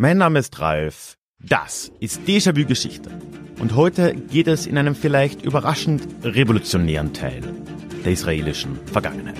Mein Name ist Ralf, das ist Déjà-vu Geschichte und heute geht es in einem vielleicht überraschend revolutionären Teil der israelischen Vergangenheit.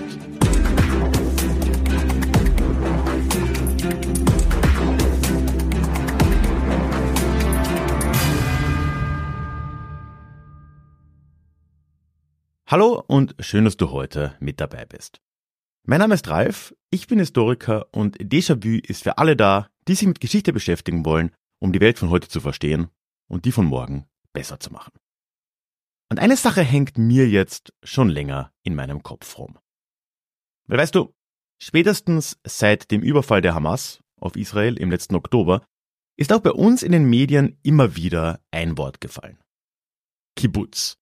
Hallo und schön, dass du heute mit dabei bist. Mein Name ist Ralf, ich bin Historiker und Déjà-vu ist für alle da, die sich mit Geschichte beschäftigen wollen, um die Welt von heute zu verstehen und die von morgen besser zu machen. Und eine Sache hängt mir jetzt schon länger in meinem Kopf rum. Weil weißt du, spätestens seit dem Überfall der Hamas auf Israel im letzten Oktober ist auch bei uns in den Medien immer wieder ein Wort gefallen. Kibbutz.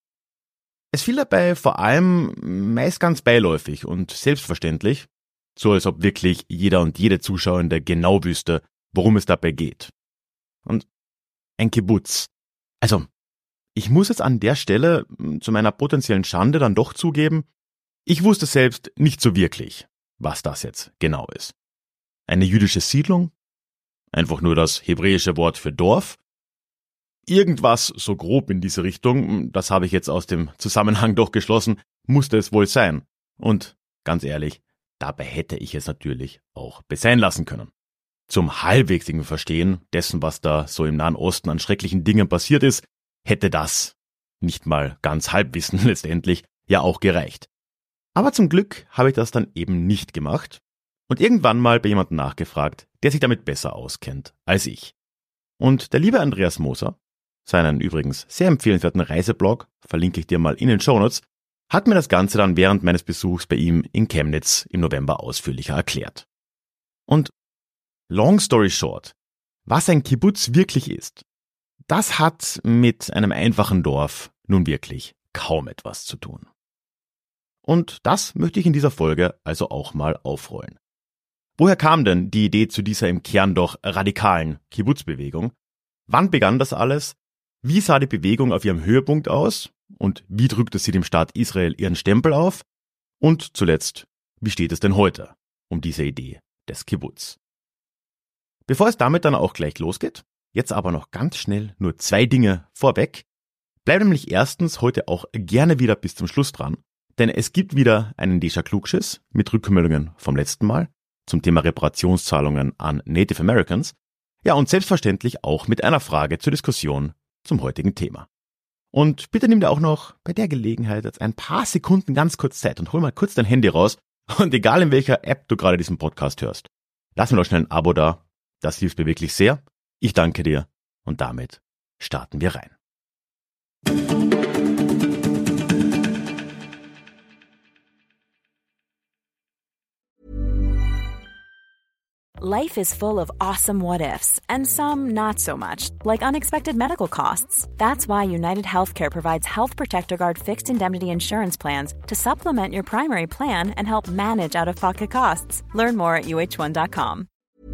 Es fiel dabei vor allem meist ganz beiläufig und selbstverständlich, so als ob wirklich jeder und jede Zuschauende genau wüsste, worum es dabei geht. Und ein Kibbutz. Also, ich muss jetzt an der Stelle zu meiner potenziellen Schande dann doch zugeben, ich wusste selbst nicht so wirklich, was das jetzt genau ist. Eine jüdische Siedlung? Einfach nur das hebräische Wort für Dorf? Irgendwas so grob in diese Richtung, das habe ich jetzt aus dem Zusammenhang doch geschlossen, musste es wohl sein. Und ganz ehrlich, dabei hätte ich es natürlich auch sein lassen können. Zum halbwegigen Verstehen dessen, was da so im Nahen Osten an schrecklichen Dingen passiert ist, hätte das, nicht mal ganz Halbwissen letztendlich, ja auch gereicht. Aber zum Glück habe ich das dann eben nicht gemacht und irgendwann mal bei jemandem nachgefragt, der sich damit besser auskennt als ich. Und der liebe Andreas Moser, seinen übrigens sehr empfehlenswerten Reiseblog, verlinke ich dir mal in den Shownotes, hat mir das Ganze dann während meines Besuchs bei ihm in Chemnitz im November ausführlicher erklärt. Und long story short, was ein Kibbutz wirklich ist, das hat mit einem einfachen Dorf nun wirklich kaum etwas zu tun. Und das möchte ich in dieser Folge also auch mal aufrollen. Woher kam denn die Idee zu dieser im Kern doch radikalen Kibbutz-Bewegung? Wann begann das alles? Wie sah die Bewegung auf ihrem Höhepunkt aus? Und wie drückte sie dem Staat Israel ihren Stempel auf? Und zuletzt, wie steht es denn heute um diese Idee des Kibbutz? Bevor es damit dann auch gleich losgeht, jetzt aber noch ganz schnell nur 2 Dinge vorweg. Bleib nämlich erstens heute auch gerne wieder bis zum Schluss dran, denn es gibt wieder einen Déjà-Klugschiss mit Rückmeldungen vom letzten Mal zum Thema Reparationszahlungen an Native Americans. Ja, und selbstverständlich auch mit einer Frage zur Diskussion zum heutigen Thema. Und bitte nimm dir auch noch bei der Gelegenheit jetzt ein paar Sekunden ganz kurz Zeit und hol mal kurz dein Handy raus und egal in welcher App du gerade diesen Podcast hörst, lass mir doch schnell ein Abo da, das hilft mir wirklich sehr. Ich danke dir und damit starten wir rein. Life is full of awesome what-ifs, and some not so much, like unexpected medical costs. That's why United Healthcare provides Health Protector Guard fixed indemnity insurance plans to supplement your primary plan and help manage out-of-pocket costs. Learn more at uh1.com.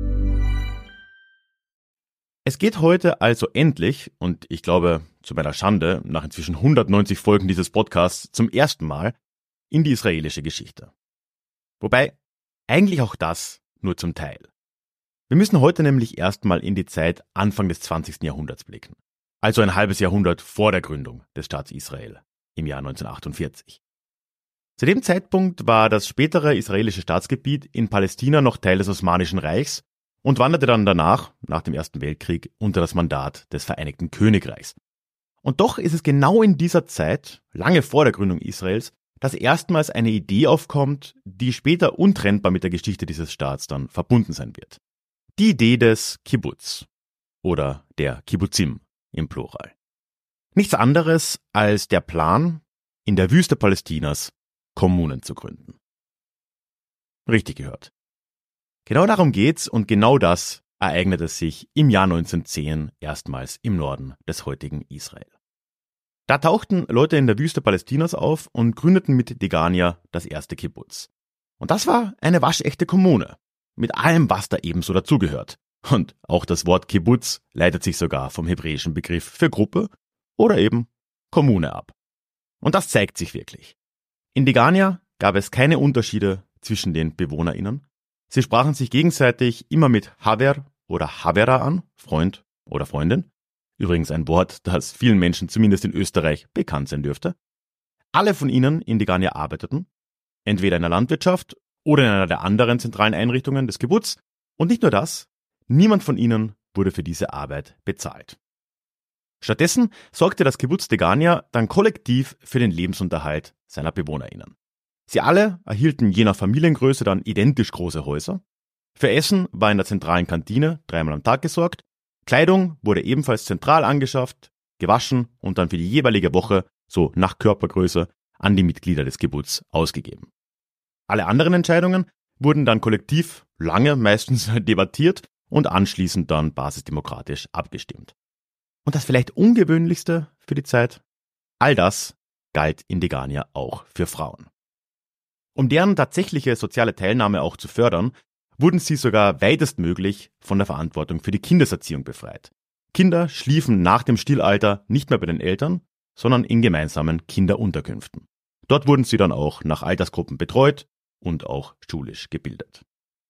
Es geht heute also endlich, und ich glaube zu meiner Schande, nach inzwischen 190 Folgen dieses Podcasts zum ersten Mal, in die israelische Geschichte. Wobei eigentlich auch das nur zum Teil. Wir müssen heute nämlich erstmal in die Zeit Anfang des 20. Jahrhunderts blicken. Also ein halbes Jahrhundert vor der Gründung des Staats Israel im Jahr 1948. Zu dem Zeitpunkt war das spätere israelische Staatsgebiet in Palästina noch Teil des Osmanischen Reichs und wanderte dann danach, nach dem Ersten Weltkrieg, unter das Mandat des Vereinigten Königreichs. Und doch ist es genau in dieser Zeit, lange vor der Gründung Israels, dass erstmals eine Idee aufkommt, die später untrennbar mit der Geschichte dieses Staats dann verbunden sein wird. Die Idee des Kibbutz oder der Kibbutzim im Plural. Nichts anderes als der Plan, in der Wüste Palästinas Kommunen zu gründen. Richtig gehört. Genau darum geht's und genau das ereignete sich im Jahr 1910 erstmals im Norden des heutigen Israel. Da tauchten Leute in der Wüste Palästinas auf und gründeten mit Degania das erste Kibbutz. Und das war eine waschechte Kommune, mit allem, was da ebenso dazugehört. Und auch das Wort Kibbutz leitet sich sogar vom hebräischen Begriff für Gruppe oder eben Kommune ab. Und das zeigt sich wirklich. In Degania gab es keine Unterschiede zwischen den BewohnerInnen. Sie sprachen sich gegenseitig immer mit Haver oder Havera an, Freund oder Freundin. Übrigens ein Wort, das vielen Menschen zumindest in Österreich bekannt sein dürfte. Alle von ihnen in Degania arbeiteten, entweder in der Landwirtschaft oder in einer der anderen zentralen Einrichtungen des Kibbuz. Und nicht nur das, niemand von ihnen wurde für diese Arbeit bezahlt. Stattdessen sorgte das Kibbuz Degania dann kollektiv für den Lebensunterhalt seiner BewohnerInnen. Sie alle erhielten je nach Familiengröße dann identisch große Häuser. Für Essen war in der zentralen Kantine 3-mal am Tag gesorgt. Kleidung wurde ebenfalls zentral angeschafft, gewaschen und dann für die jeweilige Woche, so nach Körpergröße, an die Mitglieder des Kibbuz ausgegeben. Alle anderen Entscheidungen wurden dann kollektiv lange meistens debattiert und anschließend dann basisdemokratisch abgestimmt. Und das vielleicht ungewöhnlichste für die Zeit, all das galt in Degania auch für Frauen. Um deren tatsächliche soziale Teilnahme auch zu fördern, wurden sie sogar weitestmöglich von der Verantwortung für die Kindeserziehung befreit. Kinder schliefen nach dem Stillalter nicht mehr bei den Eltern, sondern in gemeinsamen Kinderunterkünften. Dort wurden sie dann auch nach Altersgruppen betreut und auch schulisch gebildet.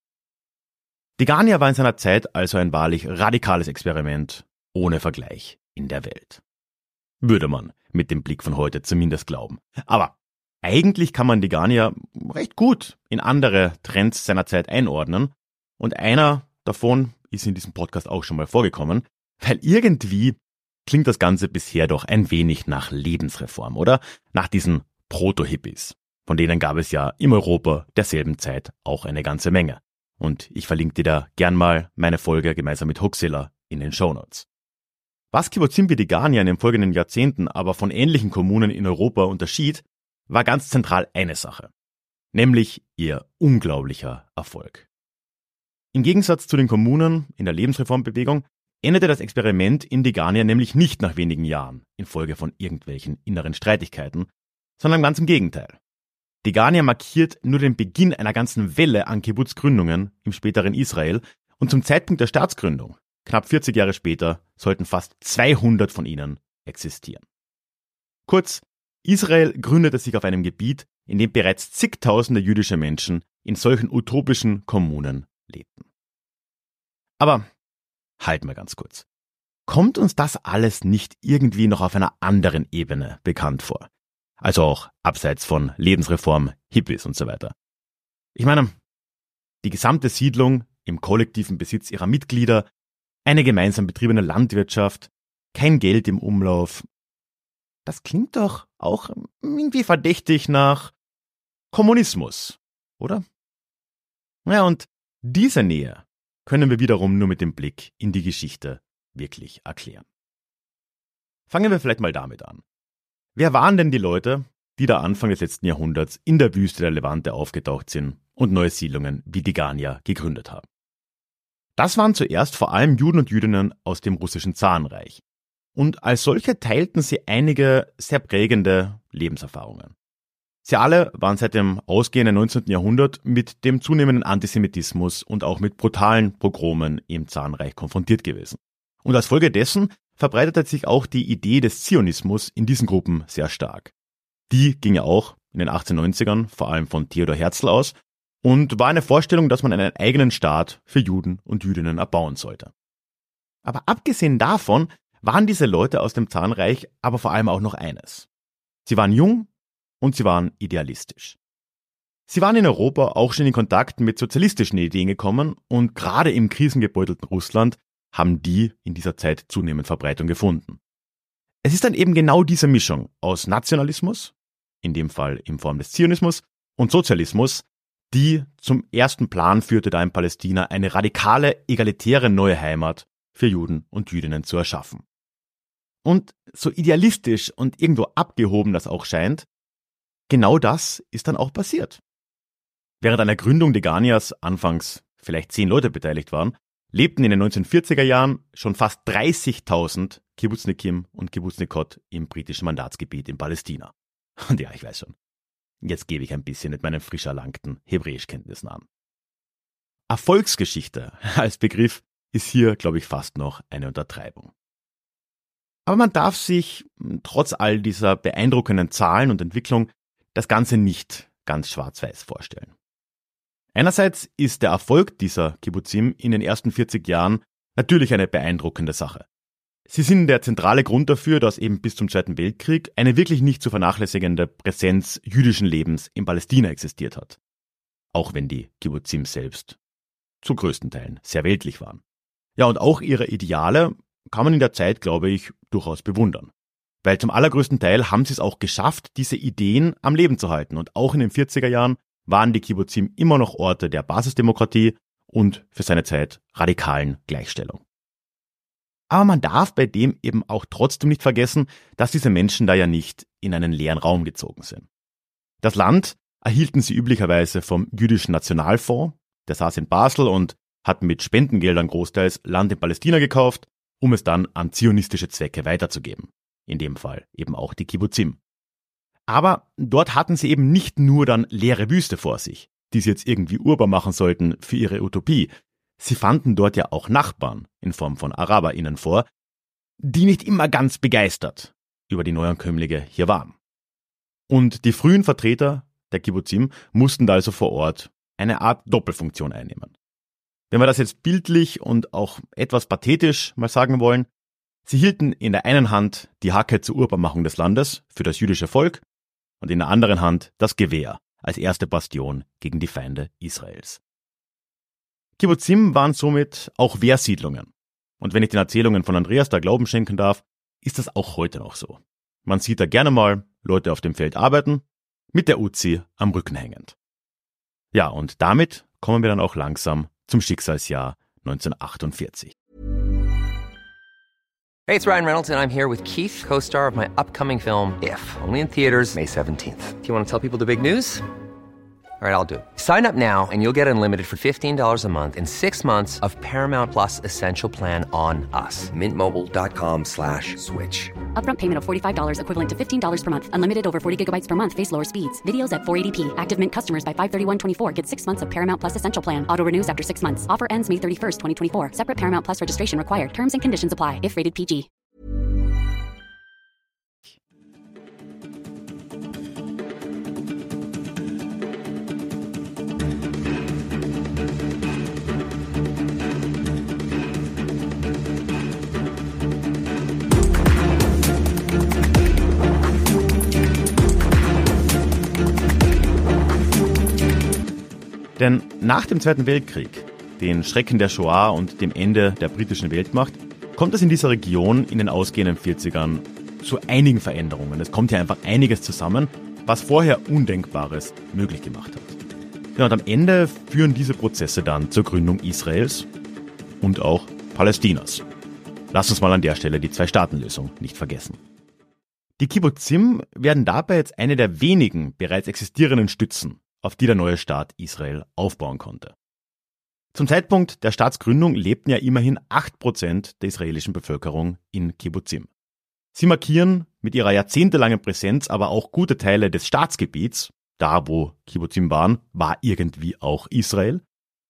Degania war in seiner Zeit also ein wahrlich radikales Experiment ohne Vergleich in der Welt. Würde man mit dem Blick von heute zumindest glauben. Aber eigentlich kann man Degania recht gut in andere Trends seiner Zeit einordnen. Und einer davon ist in diesem Podcast auch schon mal vorgekommen, weil irgendwie klingt das Ganze bisher doch ein wenig nach Lebensreform, oder? Nach diesen Proto-Hippies. Von denen gab es ja in Europa derselben Zeit auch eine ganze Menge. Und ich verlinke dir da gern mal meine Folge gemeinsam mit Huxilla in den Shownotes. Was Kibbutzim wie Degania in den folgenden Jahrzehnten aber von ähnlichen Kommunen in Europa unterschied, war ganz zentral eine Sache, nämlich ihr unglaublicher Erfolg. Im Gegensatz zu den Kommunen in der Lebensreformbewegung endete das Experiment in Degania nämlich nicht nach wenigen Jahren infolge von irgendwelchen inneren Streitigkeiten, sondern ganz im Gegenteil. Degania markiert nur den Beginn einer ganzen Welle an Kibbuz-Gründungen im späteren Israel und zum Zeitpunkt der Staatsgründung, knapp 40 Jahre später, sollten fast 200 von ihnen existieren. Kurz, Israel gründete sich auf einem Gebiet, in dem bereits zigtausende jüdische Menschen in solchen utopischen Kommunen lebten. Aber halt mal ganz kurz. Kommt uns das alles nicht irgendwie noch auf einer anderen Ebene bekannt vor? Also auch abseits von Lebensreform, Hippies und so weiter. Ich meine, die gesamte Siedlung im kollektiven Besitz ihrer Mitglieder, eine gemeinsam betriebene Landwirtschaft, kein Geld im Umlauf. Das klingt doch auch irgendwie verdächtig nach Kommunismus, oder? Ja, und diese Nähe können wir wiederum nur mit dem Blick in die Geschichte wirklich erklären. Fangen wir vielleicht mal damit an. Wer waren denn die Leute, die da Anfang des letzten Jahrhunderts in der Wüste der Levante aufgetaucht sind und neue Siedlungen wie Degania gegründet haben? Das waren zuerst vor allem Juden und Jüdinnen aus dem russischen Zarenreich. Und als solche teilten sie einige sehr prägende Lebenserfahrungen. Sie alle waren seit dem ausgehenden 19. Jahrhundert mit dem zunehmenden Antisemitismus und auch mit brutalen Pogromen im Zarenreich konfrontiert gewesen. Und als Folge dessen verbreitete sich auch die Idee des Zionismus in diesen Gruppen sehr stark. Die ging ja auch in den 1890ern vor allem von Theodor Herzl aus und war eine Vorstellung, dass man einen eigenen Staat für Juden und Jüdinnen erbauen sollte. Aber abgesehen davon waren diese Leute aus dem Zarenreich aber vor allem auch noch eines. Sie waren jung und sie waren idealistisch. Sie waren in Europa auch schon in Kontakt mit sozialistischen Ideen gekommen und gerade im krisengebeutelten Russland haben die in dieser Zeit zunehmend Verbreitung gefunden. Es ist dann eben genau diese Mischung aus Nationalismus, in dem Fall in Form des Zionismus, und Sozialismus, die zum ersten Plan führte, da in Palästina eine radikale, egalitäre neue Heimat für Juden und Jüdinnen zu erschaffen. Und so idealistisch und irgendwo abgehoben das auch scheint, genau das ist dann auch passiert. Während einer Gründung Deganias anfangs vielleicht 10 Leute beteiligt waren, lebten in den 1940er Jahren schon fast 30.000 Kibbuznikim und Kibbutznikot im britischen Mandatsgebiet in Palästina. Und ja, ich weiß schon, jetzt gebe ich ein bisschen mit meinen frisch erlangten Hebräischkenntnissen an. Erfolgsgeschichte als Begriff ist hier, glaube ich, fast noch eine Untertreibung. Aber man darf sich, trotz all dieser beeindruckenden Zahlen und Entwicklung, das Ganze nicht ganz schwarz-weiß vorstellen. Einerseits ist der Erfolg dieser Kibbutzim in den ersten 40 Jahren Natürlich eine beeindruckende Sache. Sie sind der zentrale Grund dafür, dass eben bis zum Zweiten Weltkrieg eine wirklich nicht zu vernachlässigende Präsenz jüdischen Lebens in Palästina existiert hat. Auch wenn die Kibbuzim selbst zu größten Teilen sehr weltlich waren. Ja, und auch ihre Ideale kann man in der Zeit, glaube ich, durchaus bewundern. Weil zum allergrößten Teil haben sie es auch geschafft, diese Ideen am Leben zu halten. Und auch in den 40er Jahren waren die Kibbuzim immer noch Orte der Basisdemokratie und für seine Zeit radikalen Gleichstellung. Aber man darf bei dem eben auch trotzdem nicht vergessen, dass diese Menschen da ja nicht in einen leeren Raum gezogen sind. Das Land erhielten sie üblicherweise vom Jüdischen Nationalfonds, der saß in Basel und hat mit Spendengeldern großteils Land in Palästina gekauft, um es dann an zionistische Zwecke weiterzugeben. In dem Fall eben auch die Kibbuzim. Aber dort hatten sie eben nicht nur dann leere Wüste vor sich, die sie jetzt irgendwie urbar machen sollten für ihre Utopie. Sie fanden dort ja auch Nachbarn in Form von AraberInnen vor, die nicht immer ganz begeistert über die Neuankömmlinge hier waren. Und die frühen Vertreter der Kibbuzim mussten da also vor Ort eine Art Doppelfunktion einnehmen. Wenn wir das jetzt bildlich und auch etwas pathetisch mal sagen wollen, sie hielten in der einen Hand die Hacke zur Urbarmachung des Landes für das jüdische Volk und in der anderen Hand das Gewehr als erste Bastion gegen die Feinde Israels. Kibbuzim waren somit auch Wehrsiedlungen. Und wenn ich den Erzählungen von Andreas da Glauben schenken darf, ist das auch heute noch so. Man sieht da gerne mal Leute auf dem Feld arbeiten, mit der Uzi am Rücken hängend. Ja, und damit kommen wir dann auch langsam zum Schicksalsjahr 1948. Hey, it's Ryan Reynolds, and I'm here with Keith, co-star of my upcoming film, If, only in theaters May 17th. Do you want to tell people the big news? All right, I'll do it. Sign up now and you'll get unlimited for $15 a month and 6 months of Paramount Plus Essential Plan on us. MintMobile.com/switch. Upfront payment of $45 equivalent to $15 per month. Unlimited over 40 gigabytes per month. Face lower speeds. Videos at 480p. Active Mint customers by 531.24 get 6 months of Paramount Plus Essential Plan. Auto renews after 6 months. Offer ends May 31st, 2024. Separate Paramount Plus registration required. Terms and conditions apply if rated PG. Denn nach dem Zweiten Weltkrieg, den Schrecken der Shoah und dem Ende der britischen Weltmacht, kommt es in dieser Region in den ausgehenden 40ern zu einigen Veränderungen. Es kommt hier einfach einiges zusammen, was vorher Undenkbares möglich gemacht hat. Ja, und am Ende führen diese Prozesse dann zur Gründung Israels und auch Palästinas. Lass uns mal an der Stelle die Zwei-Staaten-Lösung nicht vergessen. Die Kibbuzim werden dabei jetzt eine der wenigen bereits existierenden Stützen, auf die der neue Staat Israel aufbauen konnte. Zum Zeitpunkt der Staatsgründung lebten ja immerhin 8% der israelischen Bevölkerung in Kibbuzim. Sie markieren mit ihrer jahrzehntelangen Präsenz aber auch gute Teile des Staatsgebiets, da wo Kibbuzim waren, war irgendwie auch Israel.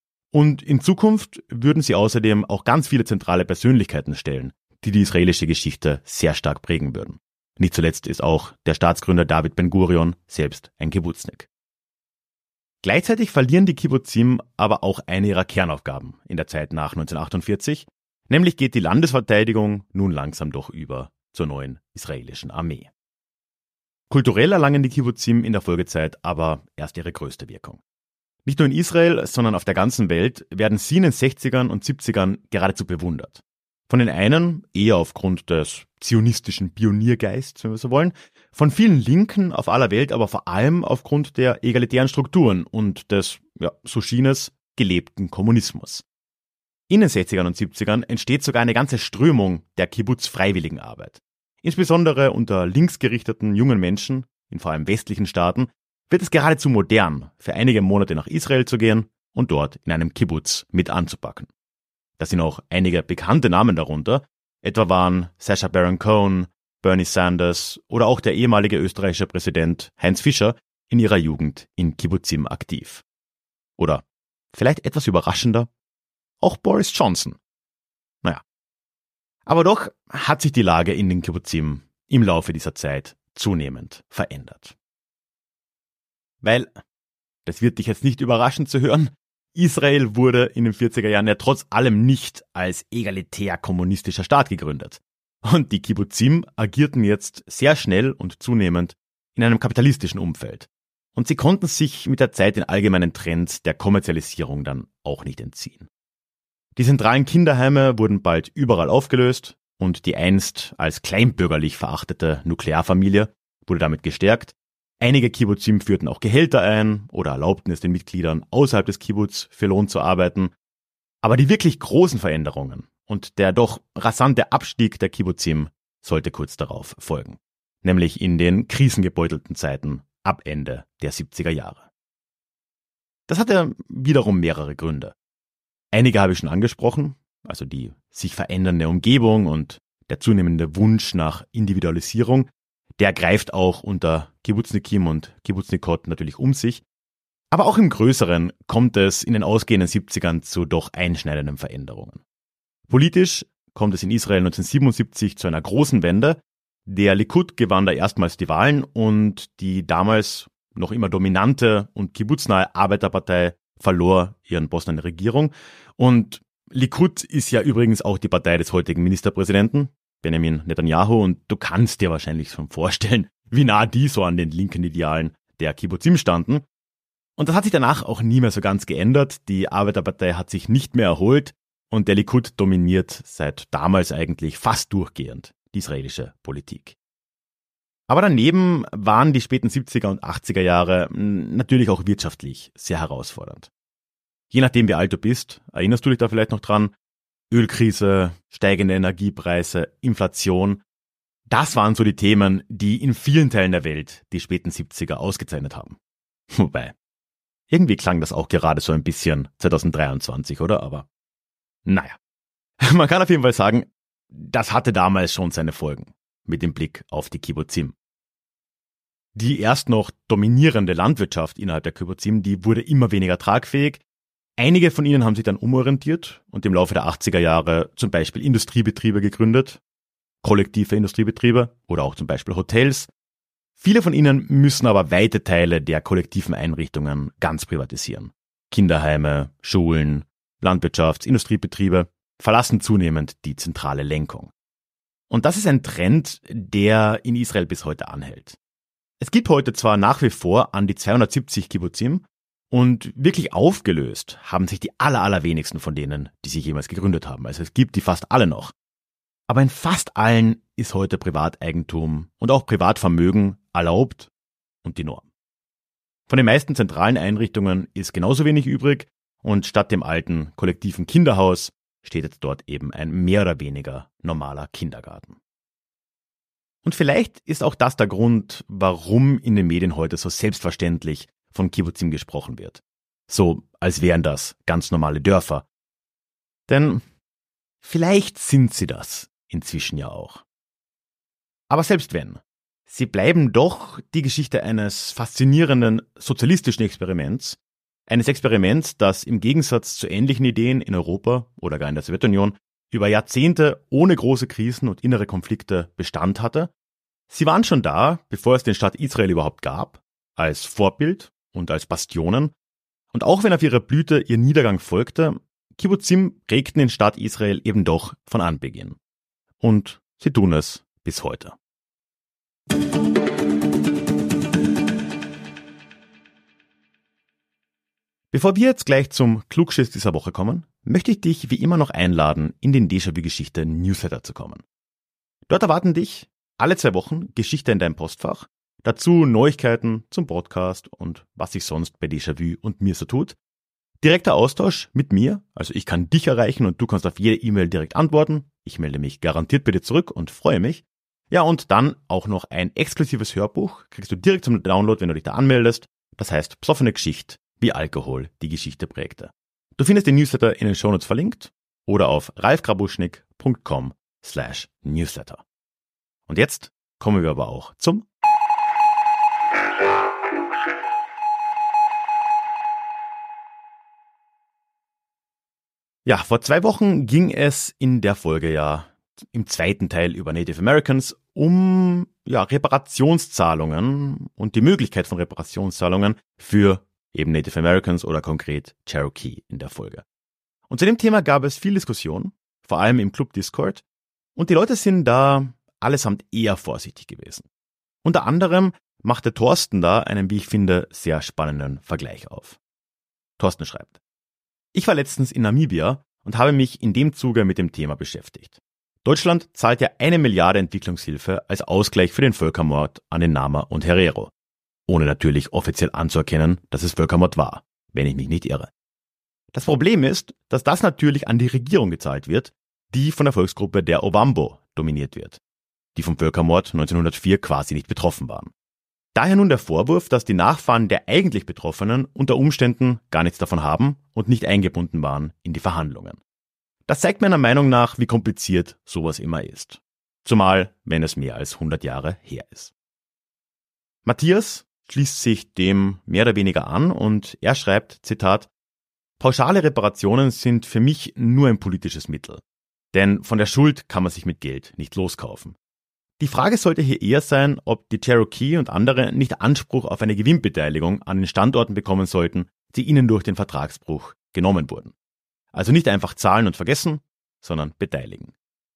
Und in Zukunft würden sie außerdem auch ganz viele zentrale Persönlichkeiten stellen, die die israelische Geschichte sehr stark prägen würden. Nicht zuletzt ist auch der Staatsgründer David Ben-Gurion selbst ein Kibbuznik. Gleichzeitig verlieren die Kibbuzim aber auch eine ihrer Kernaufgaben in der Zeit nach 1948, nämlich geht die Landesverteidigung nun langsam doch über zur neuen israelischen Armee. Kulturell erlangen die Kibbuzim in der Folgezeit aber erst ihre größte Wirkung. Nicht nur in Israel, sondern auf der ganzen Welt werden sie in den 60ern und 70ern geradezu bewundert. Von den einen eher aufgrund des zionistischen Pioniergeists, wenn wir so wollen, von vielen Linken auf aller Welt, aber vor allem aufgrund der egalitären Strukturen und des, so schien es, gelebten Kommunismus. In den 60ern und 70ern entsteht sogar eine ganze Strömung der Kibbuz-Freiwilligenarbeit. Insbesondere unter linksgerichteten jungen Menschen, in vor allem westlichen Staaten, wird es geradezu modern, für einige Monate nach Israel zu gehen und dort in einem Kibbuz mit anzupacken. Da sind auch einige bekannte Namen darunter, etwa waren Sacha Baron Cohen, Bernie Sanders oder auch der ehemalige österreichische Präsident Heinz Fischer in ihrer Jugend in Kibbuzim aktiv. Oder, vielleicht etwas überraschender, auch Boris Johnson. Naja. Aber doch hat sich die Lage in den Kibbuzim im Laufe dieser Zeit zunehmend verändert. Weil, das wird dich jetzt nicht überraschen zu hören, Israel wurde in den 40er Jahren ja trotz allem nicht als egalitär kommunistischer Staat gegründet. Und die Kibbuzim agierten jetzt sehr schnell und zunehmend in einem kapitalistischen Umfeld. Und sie konnten sich mit der Zeit den allgemeinen Trends der Kommerzialisierung dann auch nicht entziehen. Die zentralen Kinderheime wurden bald überall aufgelöst und die einst als kleinbürgerlich verachtete Nuklearfamilie wurde damit gestärkt. Einige Kibbuzim führten auch Gehälter ein oder erlaubten es den Mitgliedern außerhalb des Kibbuz für Lohn zu arbeiten. Aber die wirklich großen Veränderungen und der doch rasante Abstieg der Kibbuzim sollte kurz darauf folgen. Nämlich in den krisengebeutelten Zeiten ab Ende der 70er Jahre. Das hatte wiederum mehrere Gründe. Einige habe ich schon angesprochen, also die sich verändernde Umgebung und der zunehmende Wunsch nach Individualisierung, der greift auch unter Kibbuznikim und Kibbutznikot natürlich um sich. Aber auch im Größeren kommt es in den ausgehenden 70ern zu doch einschneidenden Veränderungen. Politisch kommt es in Israel 1977 zu einer großen Wende. Der Likud gewann da erstmals die Wahlen und die damals noch immer dominante und kibbutznahe Arbeiterpartei verlor ihren Posten in der Regierung. Und Likud ist ja übrigens auch die Partei des heutigen Ministerpräsidenten, Benjamin Netanyahu, und du kannst dir wahrscheinlich schon vorstellen, wie nah die so an den linken Idealen der Kibbuzim standen. Und das hat sich danach auch nie mehr so ganz geändert. Die Arbeiterpartei hat sich nicht mehr erholt und der Likud dominiert seit damals eigentlich fast durchgehend die israelische Politik. Aber daneben waren die späten 70er und 80er Jahre natürlich auch wirtschaftlich sehr herausfordernd. Je nachdem, wie alt du bist, erinnerst du dich da vielleicht noch dran, Ölkrise, steigende Energiepreise, Inflation, das waren so die Themen, die in vielen Teilen der Welt die späten 70er ausgezeichnet haben. Wobei, irgendwie klang das auch gerade so ein bisschen 2023, oder? Aber naja, man kann auf jeden Fall sagen, das hatte damals schon seine Folgen mit dem Blick auf die Kibbuzim. Die erst noch dominierende Landwirtschaft innerhalb der Kibbuzim, die wurde immer weniger tragfähig. Einige von ihnen haben sich dann umorientiert und im Laufe der 80er Jahre zum Beispiel Industriebetriebe gegründet, kollektive Industriebetriebe oder auch zum Beispiel Hotels. Viele von ihnen müssen aber weite Teile der kollektiven Einrichtungen ganz privatisieren. Kinderheime, Schulen, Landwirtschafts-, Industriebetriebe verlassen zunehmend die zentrale Lenkung. Und das ist ein Trend, der in Israel bis heute anhält. Es gibt heute zwar nach wie vor an die 270 Kibbuzim und wirklich aufgelöst haben sich die allerwenigsten von denen, die sich jemals gegründet haben. Also es gibt die fast alle noch. Aber in fast allen ist heute Privateigentum und auch Privatvermögen erlaubt und die Norm. Von den meisten zentralen Einrichtungen ist genauso wenig übrig und statt dem alten kollektiven Kinderhaus steht jetzt dort eben ein mehr oder weniger normaler Kindergarten. Und vielleicht ist auch das der Grund, warum in den Medien heute so selbstverständlich von Kibbuzim gesprochen wird. So, als wären das ganz normale Dörfer. Denn vielleicht sind sie das inzwischen ja auch. Aber selbst wenn, sie bleiben doch die Geschichte eines faszinierenden sozialistischen Experiments, eines Experiments, das im Gegensatz zu ähnlichen Ideen in Europa oder gar in der Sowjetunion über Jahrzehnte ohne große Krisen und innere Konflikte Bestand hatte. Sie waren schon da, bevor es den Staat Israel überhaupt gab, als Vorbild und als Bastionen. Und auch wenn auf ihre Blüte ihr Niedergang folgte, Kibbuzim prägten den Staat Israel eben doch von Anbeginn. Und sie tun es bis heute. Bevor wir jetzt gleich zum Klugschiss dieser Woche kommen, möchte ich dich wie immer noch einladen, in den Déjà-vu-Geschichte-Newsletter zu kommen. Dort erwarten dich alle 2 Wochen Geschichte in deinem Postfach, dazu Neuigkeiten zum Podcast und was sich sonst bei Déjà-vu und mir so tut. Direkter Austausch mit mir, also ich kann dich erreichen und du kannst auf jede E-Mail direkt antworten. Ich melde mich garantiert bei dir zurück und freue mich. Ja, und dann auch noch ein exklusives Hörbuch, kriegst du direkt zum Download, wenn du dich da anmeldest. Das heißt Psoffene Geschichte, wie Alkohol die Geschichte prägte. Du findest den Newsletter in den Shownotes verlinkt oder auf ralfgrabuschnick.com/newsletter. Und jetzt kommen wir aber auch zum Ja, vor 2 Wochen ging es in der Folge ja im zweiten Teil über Native Americans um Reparationszahlungen und die Möglichkeit von Reparationszahlungen für eben Native Americans oder konkret Cherokee in der Folge. Und zu dem Thema gab es viel Diskussion, vor allem im Club Discord, und die Leute sind da allesamt eher vorsichtig gewesen. Unter anderem machte Thorsten da einen, wie ich finde, sehr spannenden Vergleich auf. Thorsten schreibt: Ich war letztens in Namibia und habe mich in dem Zuge mit dem Thema beschäftigt. Deutschland zahlt ja 1 Milliarde Entwicklungshilfe als Ausgleich für den Völkermord an den Nama und Herero, ohne natürlich offiziell anzuerkennen, dass es Völkermord war, wenn ich mich nicht irre. Das Problem ist, dass das natürlich an die Regierung gezahlt wird, die von der Volksgruppe der Ovambo dominiert wird, die vom Völkermord 1904 quasi nicht betroffen waren. Daher nun der Vorwurf, dass die Nachfahren der eigentlich Betroffenen unter Umständen gar nichts davon haben und nicht eingebunden waren in die Verhandlungen. Das zeigt meiner Meinung nach, wie kompliziert sowas immer ist. Zumal, wenn es mehr als 100 Jahre her ist. Matthias schließt sich dem mehr oder weniger an und er schreibt, Zitat: Pauschale Reparationen sind für mich nur ein politisches Mittel. Denn von der Schuld kann man sich mit Geld nicht loskaufen. Die Frage sollte hier eher sein, ob die Cherokee und andere nicht Anspruch auf eine Gewinnbeteiligung an den Standorten bekommen sollten, die ihnen durch den Vertragsbruch genommen wurden. Also nicht einfach zahlen und vergessen, sondern beteiligen.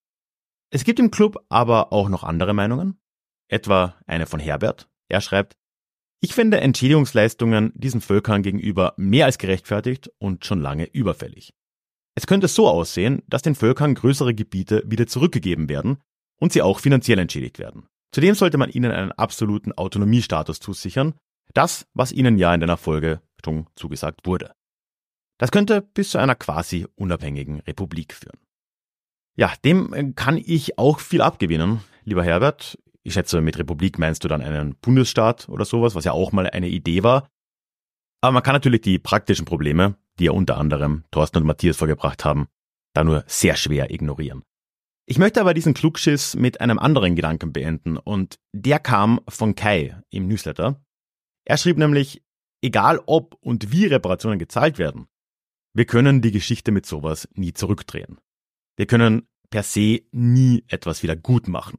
Es gibt im Club aber auch noch andere Meinungen, etwa eine von Herbert. Er schreibt: Ich finde Entschädigungsleistungen diesen Völkern gegenüber mehr als gerechtfertigt und schon lange überfällig. Es könnte so aussehen, dass den Völkern größere Gebiete wieder zurückgegeben werden und sie auch finanziell entschädigt werden. Zudem sollte man ihnen einen absoluten Autonomiestatus zusichern, das, was ihnen ja in der Folge schon zugesagt wurde. Das könnte bis zu einer quasi unabhängigen Republik führen. Ja, dem kann ich auch viel abgewinnen, lieber Herbert. Ich schätze, mit Republik meinst du dann einen Bundesstaat oder sowas, was ja auch mal eine Idee war. Aber man kann natürlich die praktischen Probleme, die ja unter anderem Thorsten und Matthias vorgebracht haben, da nur sehr schwer ignorieren. Ich möchte aber diesen Klugschiss mit einem anderen Gedanken beenden und der kam von Kai im Newsletter. Er schrieb nämlich: Egal ob und wie Reparationen gezahlt werden, wir können die Geschichte mit sowas nie zurückdrehen. Wir können per se nie etwas wieder gut machen.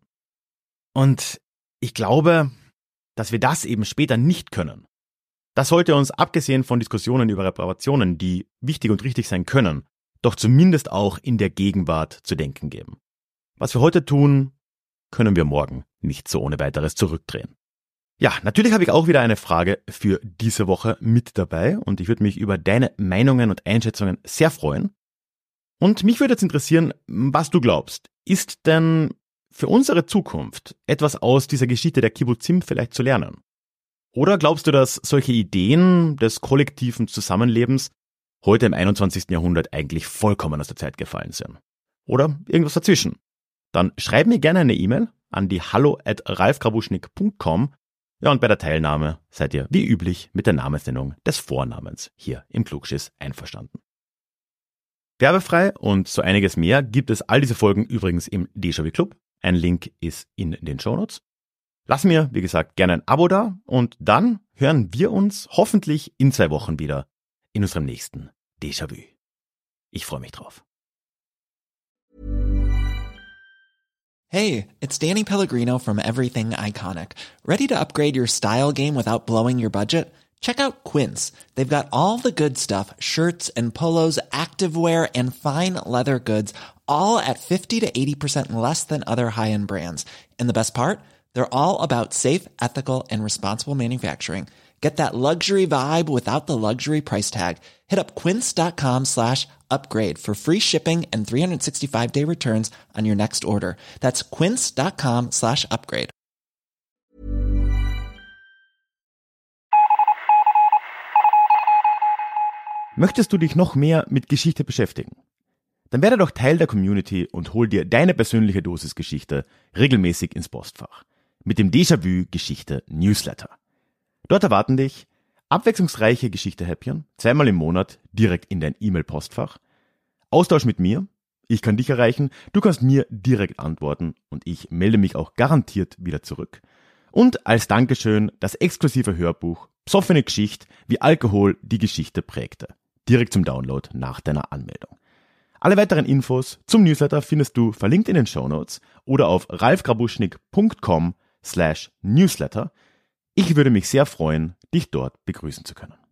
Und ich glaube, dass wir das eben später nicht können. Das sollte uns, abgesehen von Diskussionen über Reparationen, die wichtig und richtig sein können, doch zumindest auch in der Gegenwart zu denken geben. Was wir heute tun, können wir morgen nicht so ohne weiteres zurückdrehen. Ja, natürlich habe ich auch wieder eine Frage für diese Woche mit dabei und ich würde mich über deine Meinungen und Einschätzungen sehr freuen. Und mich würde jetzt interessieren, was du glaubst. Ist denn für unsere Zukunft etwas aus dieser Geschichte der Kibbutzim vielleicht zu lernen? Oder glaubst du, dass solche Ideen des kollektiven Zusammenlebens heute im 21. Jahrhundert eigentlich vollkommen aus der Zeit gefallen sind? Oder irgendwas dazwischen? Dann schreib mir gerne eine E-Mail an die hallo@ralfgrabuschnick.com. Ja, und bei der Teilnahme seid ihr wie üblich mit der Namensnennung des Vornamens hier im Klugschiss einverstanden. Werbefrei und so einiges mehr gibt es all diese Folgen übrigens im Déjà-vu Club. Ein Link ist in den Shownotes. Lass mir, wie gesagt, gerne ein Abo da und dann hören wir uns hoffentlich in 2 Wochen wieder in unserem nächsten Déjà-vu. Ich freue mich drauf. Hey, it's Danny Pellegrino from Everything Iconic. Ready to upgrade your style game without blowing your budget? Check out Quince. They've got all the good stuff, shirts and polos, activewear and fine leather goods, all at 50 to 80% less than other high-end brands. And the best part? They're all about safe, ethical, and responsible manufacturing. Get that luxury vibe without the luxury price tag. Hit up quince.com/upgrade for free shipping and 365-day returns on your next order. That's quince.com/upgrade. Möchtest du dich noch mehr mit Geschichte beschäftigen? Dann werde doch Teil der Community und hol dir deine persönliche Dosis Geschichte regelmäßig ins Postfach. Mit dem Déjà-vu Geschichte Newsletter. Dort erwarten dich abwechslungsreiche Geschichte-Häppchen, 2-mal im Monat direkt in dein E-Mail-Postfach. Austausch mit mir, ich kann dich erreichen, du kannst mir direkt antworten und ich melde mich auch garantiert wieder zurück. Und als Dankeschön das exklusive Hörbuch Psoffene Geschichte, wie Alkohol die Geschichte prägte. Direkt zum Download nach deiner Anmeldung. Alle weiteren Infos zum Newsletter findest du verlinkt in den Shownotes oder auf ralfgrabuschnick.com/newsletter. Ich würde mich sehr freuen, dich dort begrüßen zu können.